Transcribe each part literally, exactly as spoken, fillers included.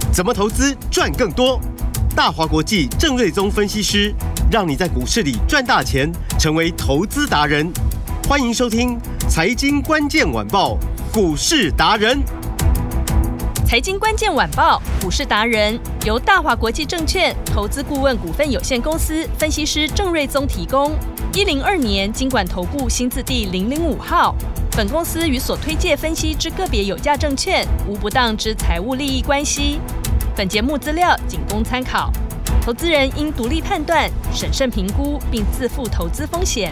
怎么投资赚更多？大华国际郑瑞宗分析师，让你在股市里赚大钱，成为投资达人。欢迎收听《财经关键晚报》股市达人。 财经关键晚报股市达人由大华国际证券投资顾问股份有限公司分析师郑瑞宗提供。一零二年金管投顾新字第零零五号。本公司与所推介分析之个别有价证券无不当之财务利益关系。本节目资料仅供参考，投资人应独立判断、审慎评估，并自负投资风险。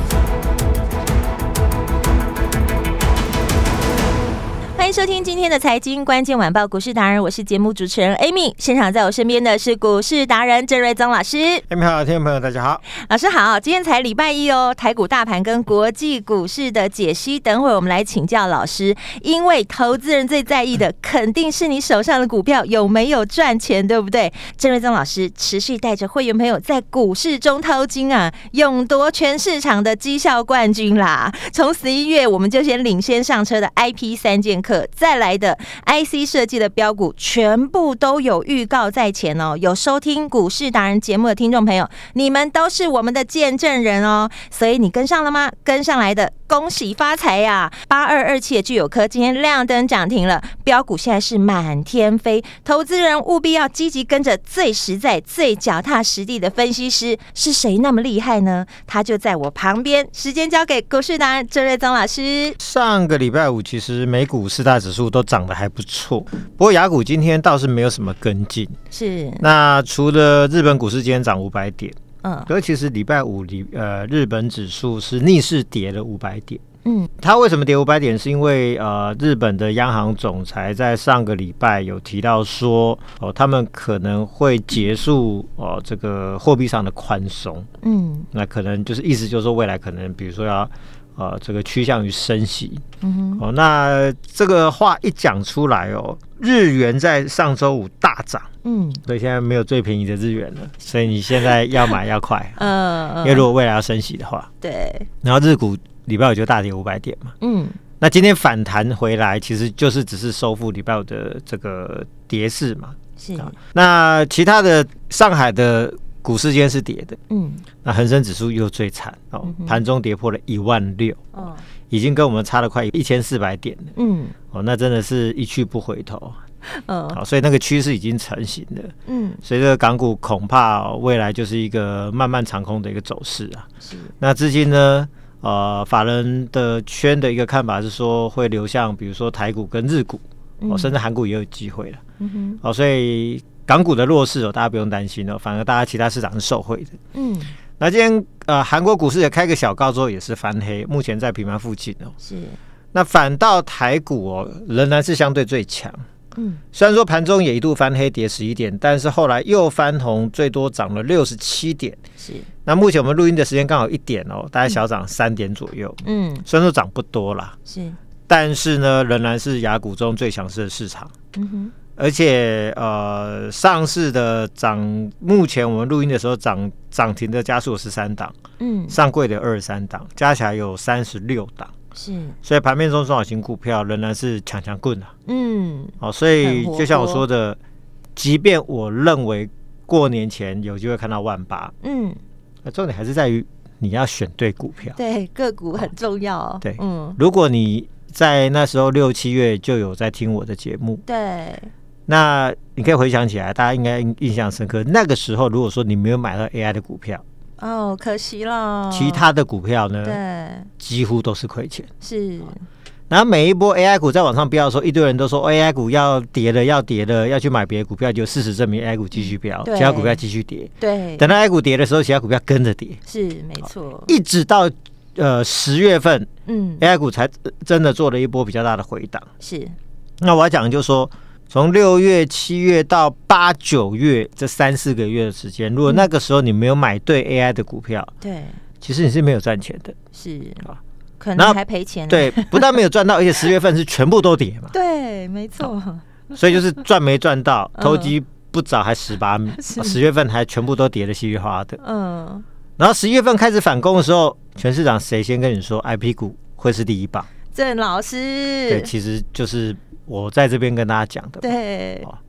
欢迎收听今天的财经关键晚报股市达人，我是节目主持人 Amy， 现场在我身边的是股市达人郑瑞宗老师。 Amy 好，听众朋友大家好。 老师好，今天才礼拜一哦，台股大盘跟国际股市的解析，等会我们来请教老师，因为投资人最在意的肯定是你手上的股票有没有赚钱，对不对？郑瑞宗老师持续带着会员朋友在股市中淘金啊，勇夺全市场的绩效冠军啦。从十一月我们就先领先上车的 I P 三剑客，再来的 I C 设计的标股全部都有预告在前哦。有收听股市达人节目的听众朋友，你们都是我们的见证人哦。所以你跟上了吗？跟上来的恭喜发财呀、啊！八二二七的聚友科今天亮灯涨停了，标股现在是满天飞，投资人务必要积极跟着最实在、最脚踏实地的分析师。是谁那么厉害呢？他就在我旁边。时间交给股市达人郑瑞宗老师。 上个礼拜五其实美股四大指数都涨得还不错，不过亚股今天倒是没有什么跟进。 是， 那除了日本股市今天涨五百点， 嗯， 可是其实礼拜五呃日本指数是逆势跌了五百点。 嗯， 它为什么跌五百点？是因为呃日本的央行总裁在上个礼拜有提到说，哦，他们可能会结束哦这个货币上的宽松。 嗯， 那可能就是意思就是说未来可能比如说要。呃，这个趋向于升息， 嗯哦，那这个话一讲出来哦，日元在上周五大涨， 嗯， 所以现在没有最便宜的日元了，所以你现在要买要快， 嗯， 因为如果未来要升息的话， 对， 然后日股礼拜五就大跌五百点嘛， 嗯， 那今天反弹回来，其实就是只是收复礼拜五的这个跌势嘛， 是， 那其他的上海的。股市今天是跌的， 嗯， 那恒生指数又最惨哦，盘、嗯、中跌破了一万六，哦，已经跟我们差了快一千四百点了， 嗯， 哦，那真的是一去不回头， 嗯， 好，所以那个趋势已经成型了， 嗯，所以这个港股恐怕、哦、未来就是一个漫漫长空的一个走势啊， 是，那资金呢，呃，法人的圈的一个看法是说会流向比如说台股跟日股，嗯、哦，甚至韩股也有机会了，嗯哼，哦，所以。港股的弱势哦，大家不用担心哦，反而大家其他市场是受惠的。嗯，那今天呃，韩国股市也开个小高之后也是翻黑，目前在平盘附近哦。 是， 那反倒台股哦，仍然是相对最强。嗯，虽然说盘中也一度翻黑跌十一点，但是后来又翻红，最多涨了六十七点。 是， 那目前我们录音的时间刚好一点哦，大概小涨三点左右。嗯，虽然说涨不多啦， 是，但是呢，仍然是亚股中最强势的市场。嗯哼。而且呃，上市的涨，目前我们录音的时候涨涨停的家数有十三档，嗯，上柜的有二十三档，加起来有三十六档， 是， 所以盘面中中小型股票仍然是强强棍啊，嗯，好、哦，所以就像我说的，即便我认为过年前有机会看到万八，嗯，那重点还是在于你要选对股票， 对，个股很重要、哦， 对，嗯，如果你在那时候六七月就有在听我的节目， 对。 那你可以回想起来，大家应该印象深刻。那个时候，如果说你没有买到 A I 的股票， 哦，可惜了。 其他的股票呢， 对， 几乎都是亏钱。 是。 然后每一波 A I 股在往上飙的时候，一堆人都说 A I 股要跌了，要跌了，要去买别的股票。就事实证明 A I 股继续飙，其他股票继续跌。 对。 等到 A I 股跌的时候，其他股票跟着跌。 是，没错。 一直到呃十月份，嗯 ，A I 股才真的做了一波比较大的回档。 是。 那我要讲就是说。从六月、七月到八九月这三四个月的时间，如果那个时候你没有买对 A I 的股票， 对， 其实你是没有赚钱的， 是啊，可能还赔钱。 对，不但没有赚到，而且十月份是全部都跌嘛。 对，没错。 所以就是赚没赚到，投机不早还十八，十月份还全部都跌得稀里哗啦的。嗯，然后十一月份开始反攻的时候，全市场谁先跟你说 I P 股会是第一棒？ 郑老师， 对，其实就是。我在这边跟大家讲的， 对、哦，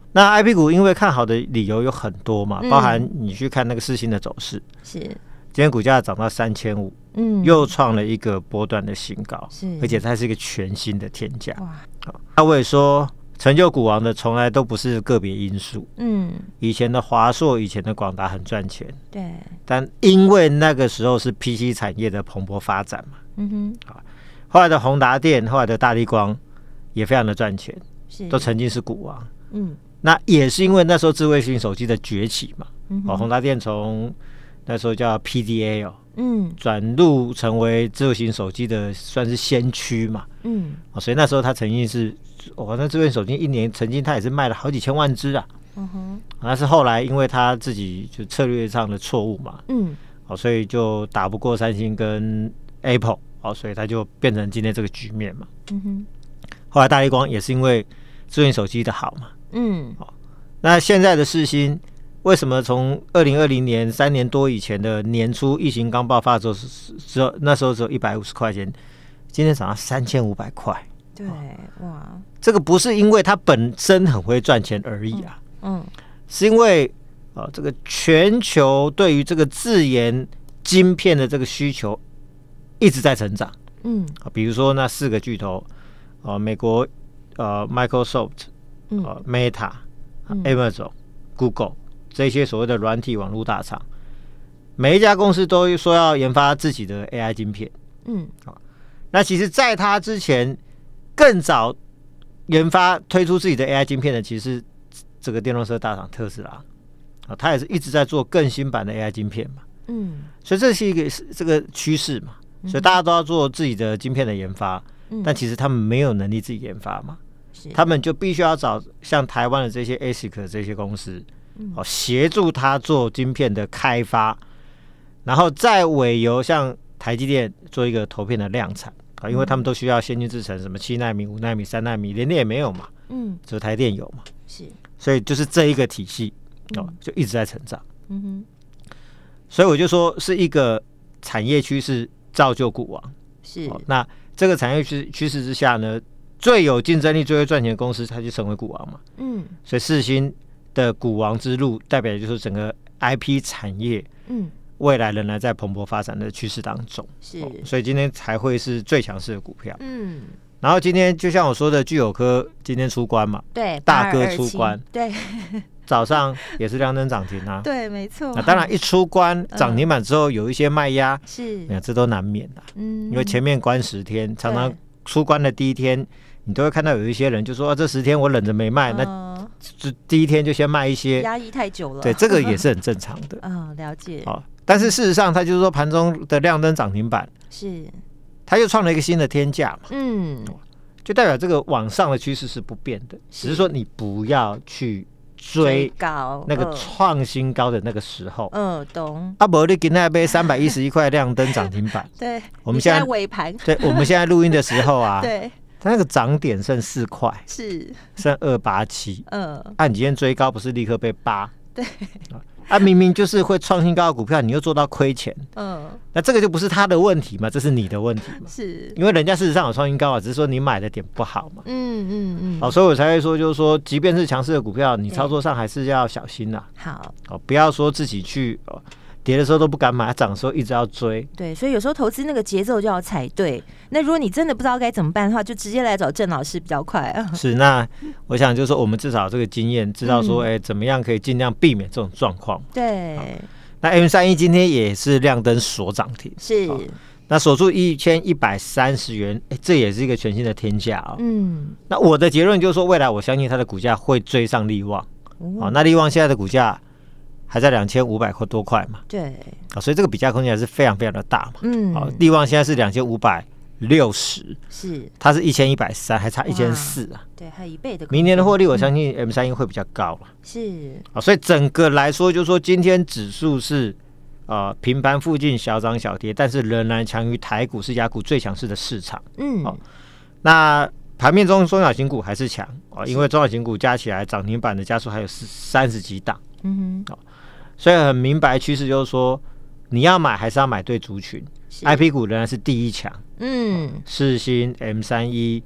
那 I P 股因为看好的理由有很多嘛， 嗯、 包含你去看那个世芯的走势， 是今天股价涨到三千五，嗯，又创了一个波段的新高，是，而且它是一个全新的天价。哇，那我也说，成就股王的从来都不是个别因素，嗯，以前的华硕、以前的广达很赚钱，对，但因为那个时候是 P C 产业的蓬勃发展嘛，嗯哼，啊，后来的宏达电、后来的大立光也非常的赚钱，是，都曾经是股王，嗯。那也是因为那时候智慧型手机的崛起嘛，嗯、哦，宏达电从那时候叫 P D A 哦，嗯，转入成为智慧型手机的算是先驱嘛，嗯，哦，所以那时候他曾经是，哦，那智慧型手机一年曾经他也是卖了好几千万只啊，嗯哼，但是后来因为他自己就策略上的错误嘛，嗯，哦，所以就打不过三星跟 Apple， 哦，所以他就变成今天这个局面嘛，嗯哼，后来大立光也是因为智慧型手机的好嘛。嗯，好，那现在的世芯为什么从二零二零年三年多以前的年初疫情刚爆发的时候，只有那时候只有一百五十块钱，今天涨到三千五百块？对，哇，这个不是因为它本身很会赚钱而已啊，嗯，是因为啊、呃，这个全球对于这个自研晶片的这个需求一直在成长，嗯，比如说那四个巨头，哦、呃，美国呃 Microsoft。嗯呃、Meta、嗯、Amazon、Google 这些所谓的软体网络大厂，每一家公司都说要研发自己的 A I 晶片。嗯，好，那其实在它之前更早研发推出自己的 A I 晶片的，其实是这个电动车大厂特斯拉，啊，它也是一直在做更新版的 A I 晶片嘛。嗯，所以这是一个这个趋势嘛，所以大家都要做自己的晶片的研发，嗯、但其实他们没有能力自己研发嘛。他们就必须要找像台湾的这些 A S I C 这些公司，哦，协助他做晶片的开发，然后再委由像台积电做一个投片的量产啊，因为他们都需要先进制程，什么七奈米、五奈米、三奈米，联电也没有嘛，嗯，只有台电有嘛，是，所以就是这一个体系哦，就一直在成长，嗯哼，所以我就说是一个产业趋势造就股王，是，哦，那这个产业趋趋势之下呢？最有竞争力、最会赚钱的公司，它就成为股王嘛。嗯，所以世芯的股王之路，代表就是整个 I P 产业，嗯，未来仍然在蓬勃发展的趋势当中。是，哦，所以今天才会是最强势的股票。嗯，然后今天就像我说的，聚友科今天出关嘛，对，大哥出关， 对， 早上也是亮灯涨停啊。 对，没错。 那当然一出关涨停板之后，有一些卖压，是，你看这都难免的。嗯，因为前面关十天，常常出关的第一天。你都会看到有一些人就说、啊、这十天我忍着没卖，嗯、那就第一天就先卖一些， 压抑太久了。 对，这个也是很正常的。 嗯，了解。 哦，但是事实上，它就是说盘中的亮灯涨停板，是它又创了一个新的天价嘛。嗯，就代表这个往上的趋势是不变的，只是说你不要去追高那个创新高的那个时候。嗯，懂。啊，不，你今天杯三百一十一块亮灯涨停板。 对， 我们现在尾盘。 对，我们现在录音的时候啊。 对。 它那个涨点剩四块， 是剩二八七，嗯，啊，你今天追高不是立刻被扒？ 对， 啊，明明就是会创新高的股票，你又做到亏钱，嗯，那这个就不是他的问题嘛，这是你的问题嘛， 是因为人家事实上有创新高啊，只是说你买的点不好嘛，嗯嗯嗯，好，所以我才会说，就是说，即便是强势的股票，你操作上还是要小心呐， 好， 哦，不要说自己去哦。跌的时候都不敢买，涨的时候一直要追。 对，所以有时候投资那个节奏就要踩对。那如果你真的不知道该怎么办的话，就直接来找郑老师比较快啊。 是，那我想就是说，我们至少有这个经验，知道说，哎、嗯欸，怎么样可以尽量避免这种状况。 对。 那 M 三十一 今天也是亮灯锁涨停， 是。 那锁住一千一百三十元，哎、欸，这也是一个全新的天价啊、哦。嗯。那我的结论就是说，未来我相信它的股价会追上力旺。哦。哦，那力旺现在的股价还在两千五百块多块嘛？ 对， 啊，所以这个比价空间还是非常非常的大嘛。嗯，好，力旺现在是两千五百六十，是，它是一千一百三，还差一千四啊。 对，还有一倍的。 明年的获利，我相信 M 三十一 会比较高了。 是， 啊，所以整个来说，就是说今天指数是呃平盘附近小涨小跌，但是仍然强于台股是亚股最强势的市场。嗯，好，那盘面中中小型股还是强啊，因为中小型股加起来涨停板的家数还有三十几档。嗯哼，好。所以很明白趋势就是说，你要买还是要买对族群 ，I P 股仍然是第一强。嗯，世芯 M 三十一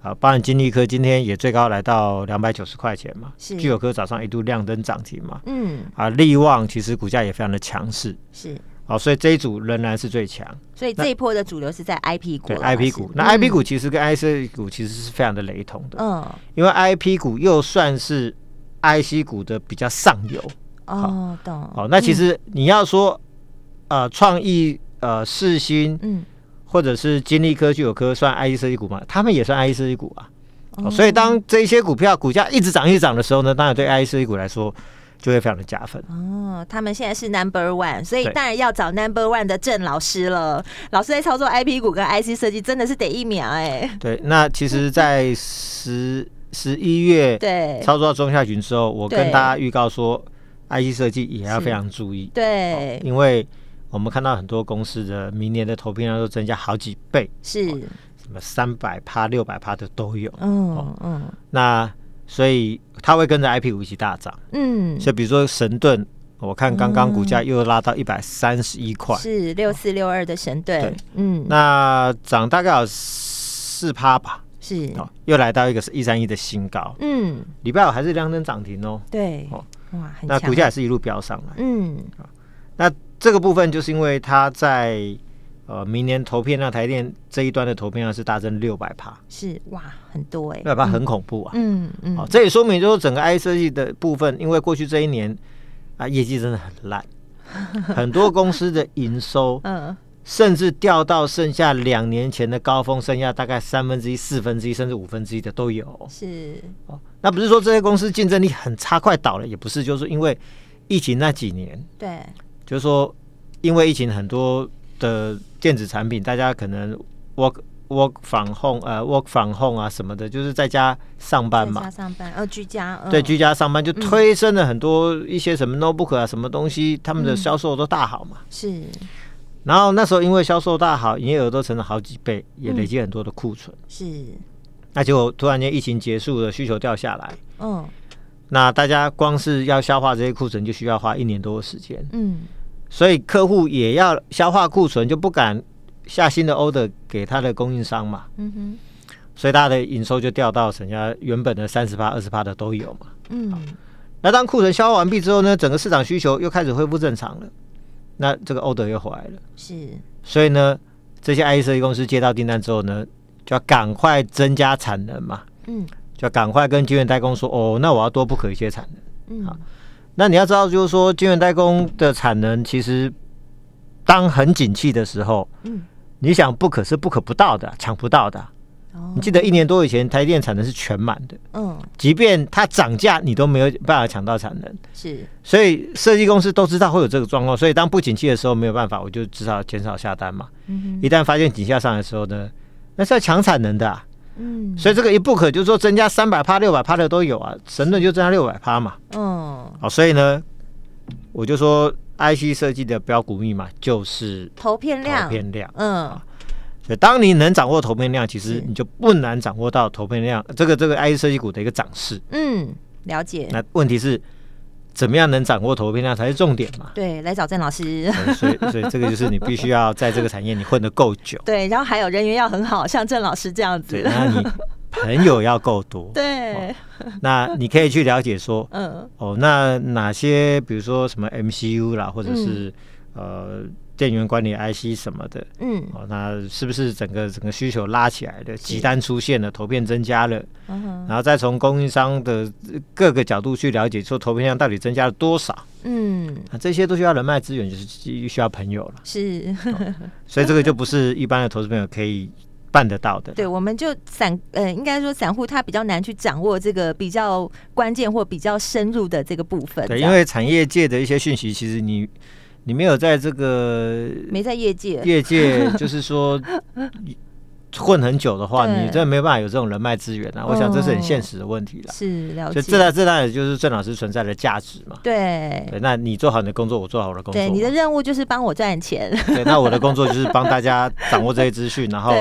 啊，包含金利科今天也最高来到两百九十块钱嘛， 是聚友科早上一度亮灯涨停嘛， 嗯， 啊，力旺其实股价也非常的强势， 是， 好、所以这一组仍然是最强。 所以这一波的主流是在 I P 股对了， I P 股，那 I P 股其实跟 I C 股其实是非常的雷同的， 嗯， 因为 I P 股又算是 I C 股的比较上游。 哦，懂， 好，那其实你要说，呃，创意、呃，世新， 嗯， 或者是金利科、聚友科算 I C 设计股嘛，他们也算 I C 设计股啊。 哦所以当这些股票股价一直涨一直涨的时候呢，当然对 I C 设计股来说就会非常的加分。 哦，他们现在是 number one， 所以对当然要找 number one 的郑老师了。老师在操作 I P 股跟 I C 设计真的是得一秒哎、 对，那其实，在十十一月对操作到中下旬之后，我对跟大家预告说，I C 设计也要非常注意， 对， 因为我们看到很多公司的明年的投片量都增加好几倍， 是， 什么三百趴、六百趴的都有。 嗯嗯那所以它会跟着 I P 股一起大涨。 嗯， 所以比如说神盾，我看刚刚股价又拉到一百三十一块， 是六四六二的神盾对， 嗯， 那涨大概有四趴吧， 是， 哦，又来到一个一三一的新高。 嗯， 礼拜五还是亮灯涨停哦， 对， 哦哇，很那强股价也是一路飙上来。 嗯， 那这个部分就是因为它在呃明年投片量台电这一端的投片量是大增六百趴， 是，哇，很多哎、 六百趴很恐怖啊。 嗯嗯， 好、这也说明就是整个 I 设计的部分，因为过去这一年啊业绩真的很烂，很多公司的营收嗯， 甚至掉到剩下两年前的高峰，剩下大概三分之一、四分之一甚至五分之一的都有。 是， 哦，那不是说这些公司竞争力很差，快倒了，也不是，就是因为疫情那几年， 对， 就是说因为疫情很多的电子产品，大家可能 work work from home 呃 work from home 啊什么的，就是在家上班嘛在家，上班，呃，居家，嗯、 对，居家上班就推升了很多一些什么 notebook 啊什么东西，他们的销售都大好嘛。 是， 然后那时候因为销售大好，营业额都成了好几倍，也累积很多的库存。 是， 那结果突然间疫情结束了，需求掉下来， 嗯那大家光是要消化这些库存，就需要花一年多的时间。 嗯， 所以客户也要消化库存，就不敢下新的 order 给他的供应商嘛。 嗯哼， 所以大家的营收就掉到人家原本的三十趴、二十趴的都有嘛。 嗯， 那当库存消化完毕之后呢，整个市场需求又开始恢复正常了，那这个 order 又回来了。 是， 所以呢，这些 I C 设计公司接到订单之后呢，就要赶快增加产能嘛， 嗯就要赶快跟晶圆代工说，哦，那我要多 book 一些产能。 嗯， 好那你要知道，就是说晶圆代工的产能，其实当很景气的时候， 嗯， 你想 book 是 book 不到的，抢不到的。 哦你记得一年多以前，台电产能是全满的， 嗯， 即便它涨价，你都没有办法抢到产能。 是， 所以设计公司都知道会有这个状况，所以当不景气的时候没有办法，我就至少减少下单嘛。 嗯一旦发现景气要上来的时候呢，那是要抢产能的、啊。 嗯， 所以这个一 book 就是说增加三百趴、六百趴的都有啊，神盾就增加六百趴嘛。 嗯， 好，所以呢，我就说 I C 设计的标股密码就是投片量， 投片量。 嗯， 所以当你能掌握投片量，其实是你就不难掌握到投片量这个这个 I C 设计股的一个涨势。 嗯，了解。 那问题是怎么样能掌握投片量才是重点嘛？ 对，来找郑老师。 对所以所以这个就是你必须要在这个产业你混得够久， 对，然后还有人缘要很好，像郑老师这样对， 子。 那你朋友要够多， 对， 那你可以去了解说， 嗯哦，那哪些比如说什么 M C U 啦，或者是、呃电源管理 I C 什么的， 嗯哦，那是不是整个整个需求拉起来了，急单出现了，投片增加了， 嗯哼然后再从供应商的各个角度去了解，说投片量到底增加了多少， 嗯， 那这些都需要人脉资源，就是需要朋友了， 是， 所以这个就不是一般的投资朋友可以办得到的。 对，我们就散呃，应该说散户他比较难去掌握这个比较关键或比较深入的这个部分。 对， 这样因为产业界的一些讯息，其实你你没有在这个没在业界， 业界，就是说混很久的话， 对你真的没有办法有这种人脉资源啊。我想这是很现实的问题了。 是了解。 所以这当这当然就是郑老师存在的价值嘛。 对对，那你做好你的工作，我做好我的工作嘛。 对，你的任务就是帮我赚钱。 对，那我的工作就是帮大家掌握这些资讯，然后对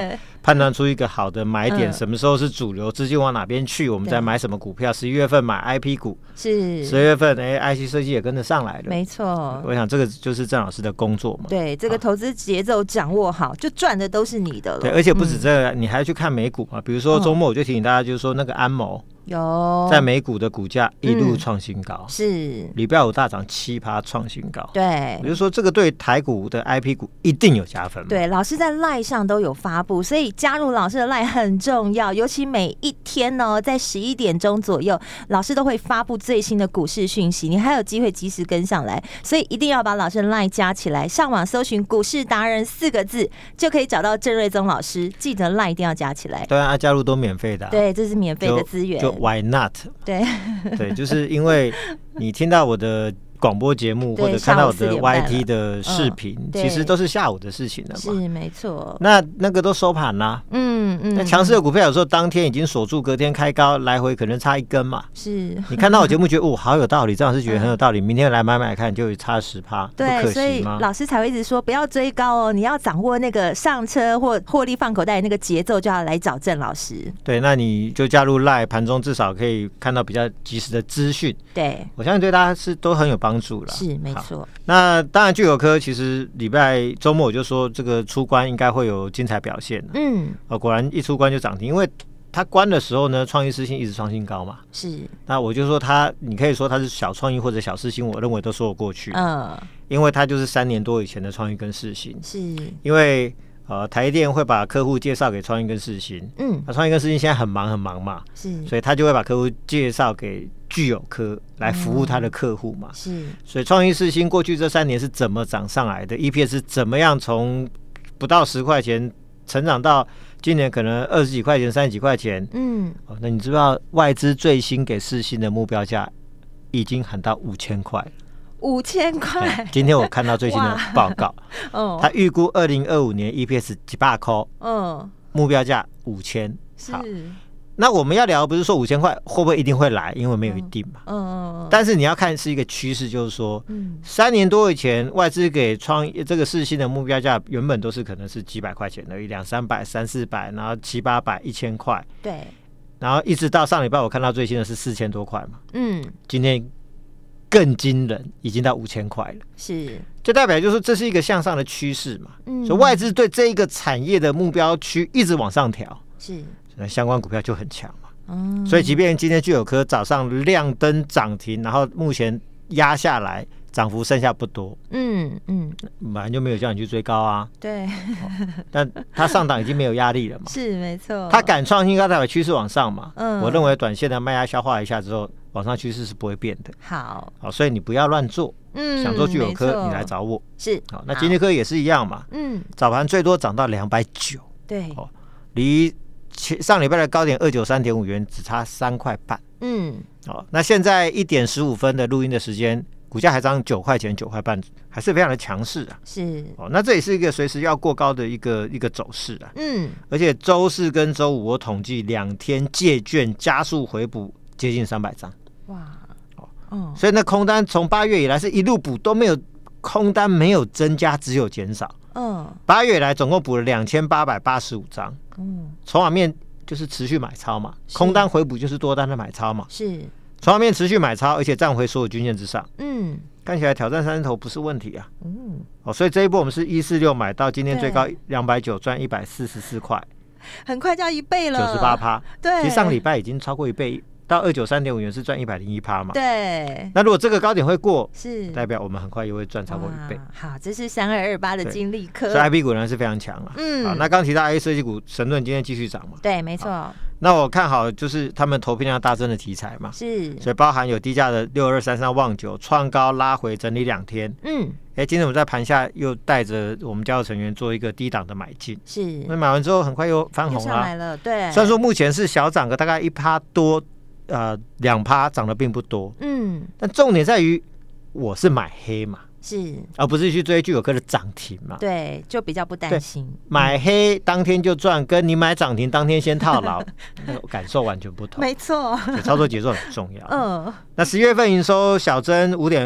判断出一个好的买点， 嗯什么时候是主流，资金往哪边去，我们再买什么股票。十一月份买 I P 股， 是十月份哎 I C 设计也跟着上来了， 没错。 我想这个就是郑老师的工作嘛。 对，这个投资节奏掌握好，就赚的都是你的了。 对，而且不止这个，嗯、你还要去看美股嘛。比如说周末我就提醒大家，就是说那个安谋。 有在美股的股价一路创新高， 嗯、是礼拜五大涨七趴创新高。 对， 我就说这个对台股的 I P 股一定有加分嘛。 对，老师在 LINE 上都有发布，所以加入老师的 LINE 很重要，尤其每一天呢，在十一点钟左右，老师都会发布最新的股市讯息，你还有机会及时跟上来，所以一定要把老师的 LINE 加起来，上网搜寻股市达人四个字就可以找到郑瑞宗老师，记得 LINE 一定要加起来。 对啊，加入都免费的、啊。 对，这是免费的资源。 就 Why not？ 对对，就是因为你听到我的广播节目或者看到我的 Y T 的视频、嗯，其实都是下午的事情了嘛。 是没错。 那那个都收盘啦、啊。嗯嗯。那强势的股票有时候当天已经锁住，隔天开高，来回可能差一根嘛。 是。 你看到我节目觉得哦好有道理，郑老师觉得很有道理，明天来买买看就差十趴， 对， 不可惜吗？ 所以老师才会一直说不要追高哦，你要掌握那个上车或获利放口袋那个节奏，就要来找郑老师。 对，那你就加入 LINE， 盘中至少可以看到比较及时的资讯。对，我相信对大家是都很有帮助啦。 是。没错， 那当然，聚友科其实礼拜周末我就说这个出关应该会有精彩表现。嗯，哦，果然一出关就涨停，因为它关的时候呢，创意世新一直创新高嘛。是，那我就说它，你可以说它是小创意或者小世新，我认为都说得过去。嗯，因为它就是三年多以前的创意跟世新。是，因为呃台电会把客户介绍给创意跟世新。嗯，那创意跟世新现在很忙很忙嘛，是，所以他就会把客户介绍给聚友科来服务他的客户嘛、嗯，是，所以创意世新过去这三年是怎么涨上来的 ？E P S 是怎么样从不到十块钱成长到今年可能二十几块钱、三十几块钱？嗯，哦，那你知道外资最新给世新的目标价已经喊到五千块， 五千块。 今天我看到最新的报告，哦，他预估二零二五年 E P S 几百块，嗯，目标价五千，是。那我们要聊不是说五千块会不会一定会来，因为没有一定嘛。嗯嗯。但是你要看是一个趋势，就是说，嗯，三年多以前外资给创这个世新的目标价原本都是可能是几百块钱而已，两三百、三四百，然后七八百、一千块。对。然后一直到上礼拜我看到最新的是四千多块嘛。嗯。今天更惊人，已经到五千块了。是。就代表就是这是一个向上的趋势嘛。嗯。所以外资对这一个产业的目标区一直往上调。是。那相关股票就很强嘛，嗯，所以即便今天聚友科早上亮灯涨停，然后目前压下来，涨幅剩下不多，嗯嗯，本来就没有叫你去追高啊，对，哦、但它上档已经没有压力了嘛，是没错，它敢创新高，代表趋势往上嘛，嗯，我认为短线的卖压消化一下之后，往上趋势是不会变的，好，好，所以你不要乱做，嗯，想做聚友科，你来找我，是，好，那金立科也是一样嘛，嗯，早盘最多涨到两百九，对，哦，离上礼拜的高点二九三点五元只差三块半，嗯，哦，那现在一点十五分的录音的时间，股价还涨九块钱，九块半，还是非常的强势啊。是，哦，那这也是一个随时要过高的一个一个走势啊。嗯，而且周四跟周五我统计两天借券加速回补接近三百张，哇，哦，嗯，所以那空单从八月以来是一路补都没有，空单没有增加，只有减少。嗯，八月以来总共补了两千八百八十五张。嗯，筹码面就是持续买超嘛，空单回补就是多单的买超嘛。是，筹码面持续买超，而且站回所有均线之上。嗯，看起来挑战三十头不是问题啊。嗯，哦，所以这一波我们是一四六买到今天最高两百九，赚一百四十四块，很快就要一倍了，九十八趴。对，其实上个礼拜已经超过一倍。到二九三点五元是赚一百零一趴嘛？对。那如果这个高点会过，是代表我们很快又会赚超过一倍。好，这是三二二八的金立科，所以 I P 股仍然是非常强了。嗯，好，那刚提到 I A 设计股神盾今天继续涨嘛？对，没错。那我看好就是他们投片量大增的题材嘛，是，所以包含有低价的六二三三旺九创高拉回整理两天。嗯，哎、欸，今天我们在盘下又带着我们家族成员做一个低档的买进，是，那买完之后很快又翻红了，上来了。对，虽然说目前是小涨个大概一趴多。呃，两趴涨得并不多，嗯，但重点在于我是买黑嘛，是，而不是去追聚友科的涨停嘛，对，就比较不担心。买黑当天就赚，跟你买涨停当天先套牢，那个感受完全不同。没错，操作节奏很重要。嗯，那十月份营收小增五点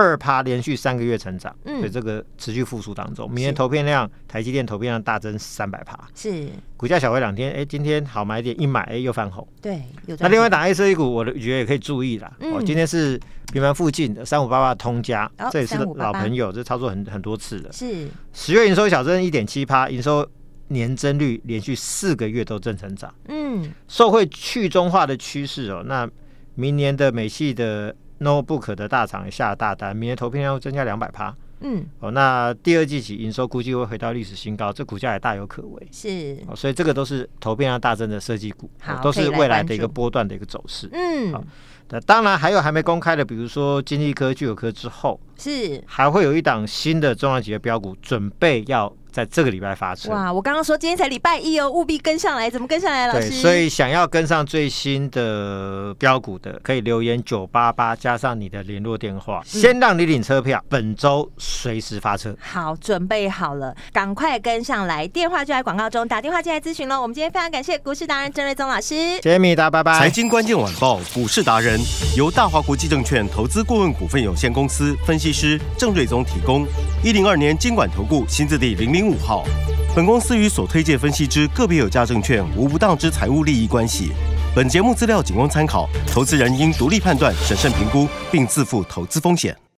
二趴连续三个月成长， 嗯所以这个持续复苏当中，明年投片量，台积电投片量大增三百趴， 是股价小回两天，哎，今天好买点，一买哎又翻红。 对，有那另外一档 A C 股，我觉得也可以注意啦。 嗯哦，今天是平盘附近的三五八八通家， 哦这也是三五八八老朋友，这操作很很多次了。 是十月营收小增一点七趴，营收年增率连续四个月都正成长， 嗯受惠去中化的趋势哦。那明年的美系的 notebook 的大厂也下了大单，明年投片量会增加两百趴。 嗯哦，那第二季起营收估计会回到历史新高，这股价也大有可为。 是哦，所以这个都是投片量大增的设计股， 好哦都是未来的一个可以来关注波段的一个走势。 嗯好那当然还有还没公开的，比如说金利科、聚友科之后， 是还会有一档新的重量级的标股，准备要在这个礼拜发车。 哇！我刚刚说今天才礼拜一哦，务必跟上来，怎么跟上来？老对， 师， 所以想要跟上最新的标股的，可以留言九八八加上你的联络电话， 嗯先让你领车票，本周随时发车。 好，准备好了，赶快跟上来，电话就在广告中，打电话进来咨询喽。我们今天非常感谢股市达人郑瑞宗老师。 杰米达，拜拜。 财经关键晚报股市达人由大华国际证券投资顾问股份有限公司分析师郑瑞宗提供。一零二年金管投顾新字第零零五号。本公司与所推介分析之个别有价证券无不当之财务利益关系。本节目资料仅供参考，投资人应独立判断、审慎评估，并自负投资风险。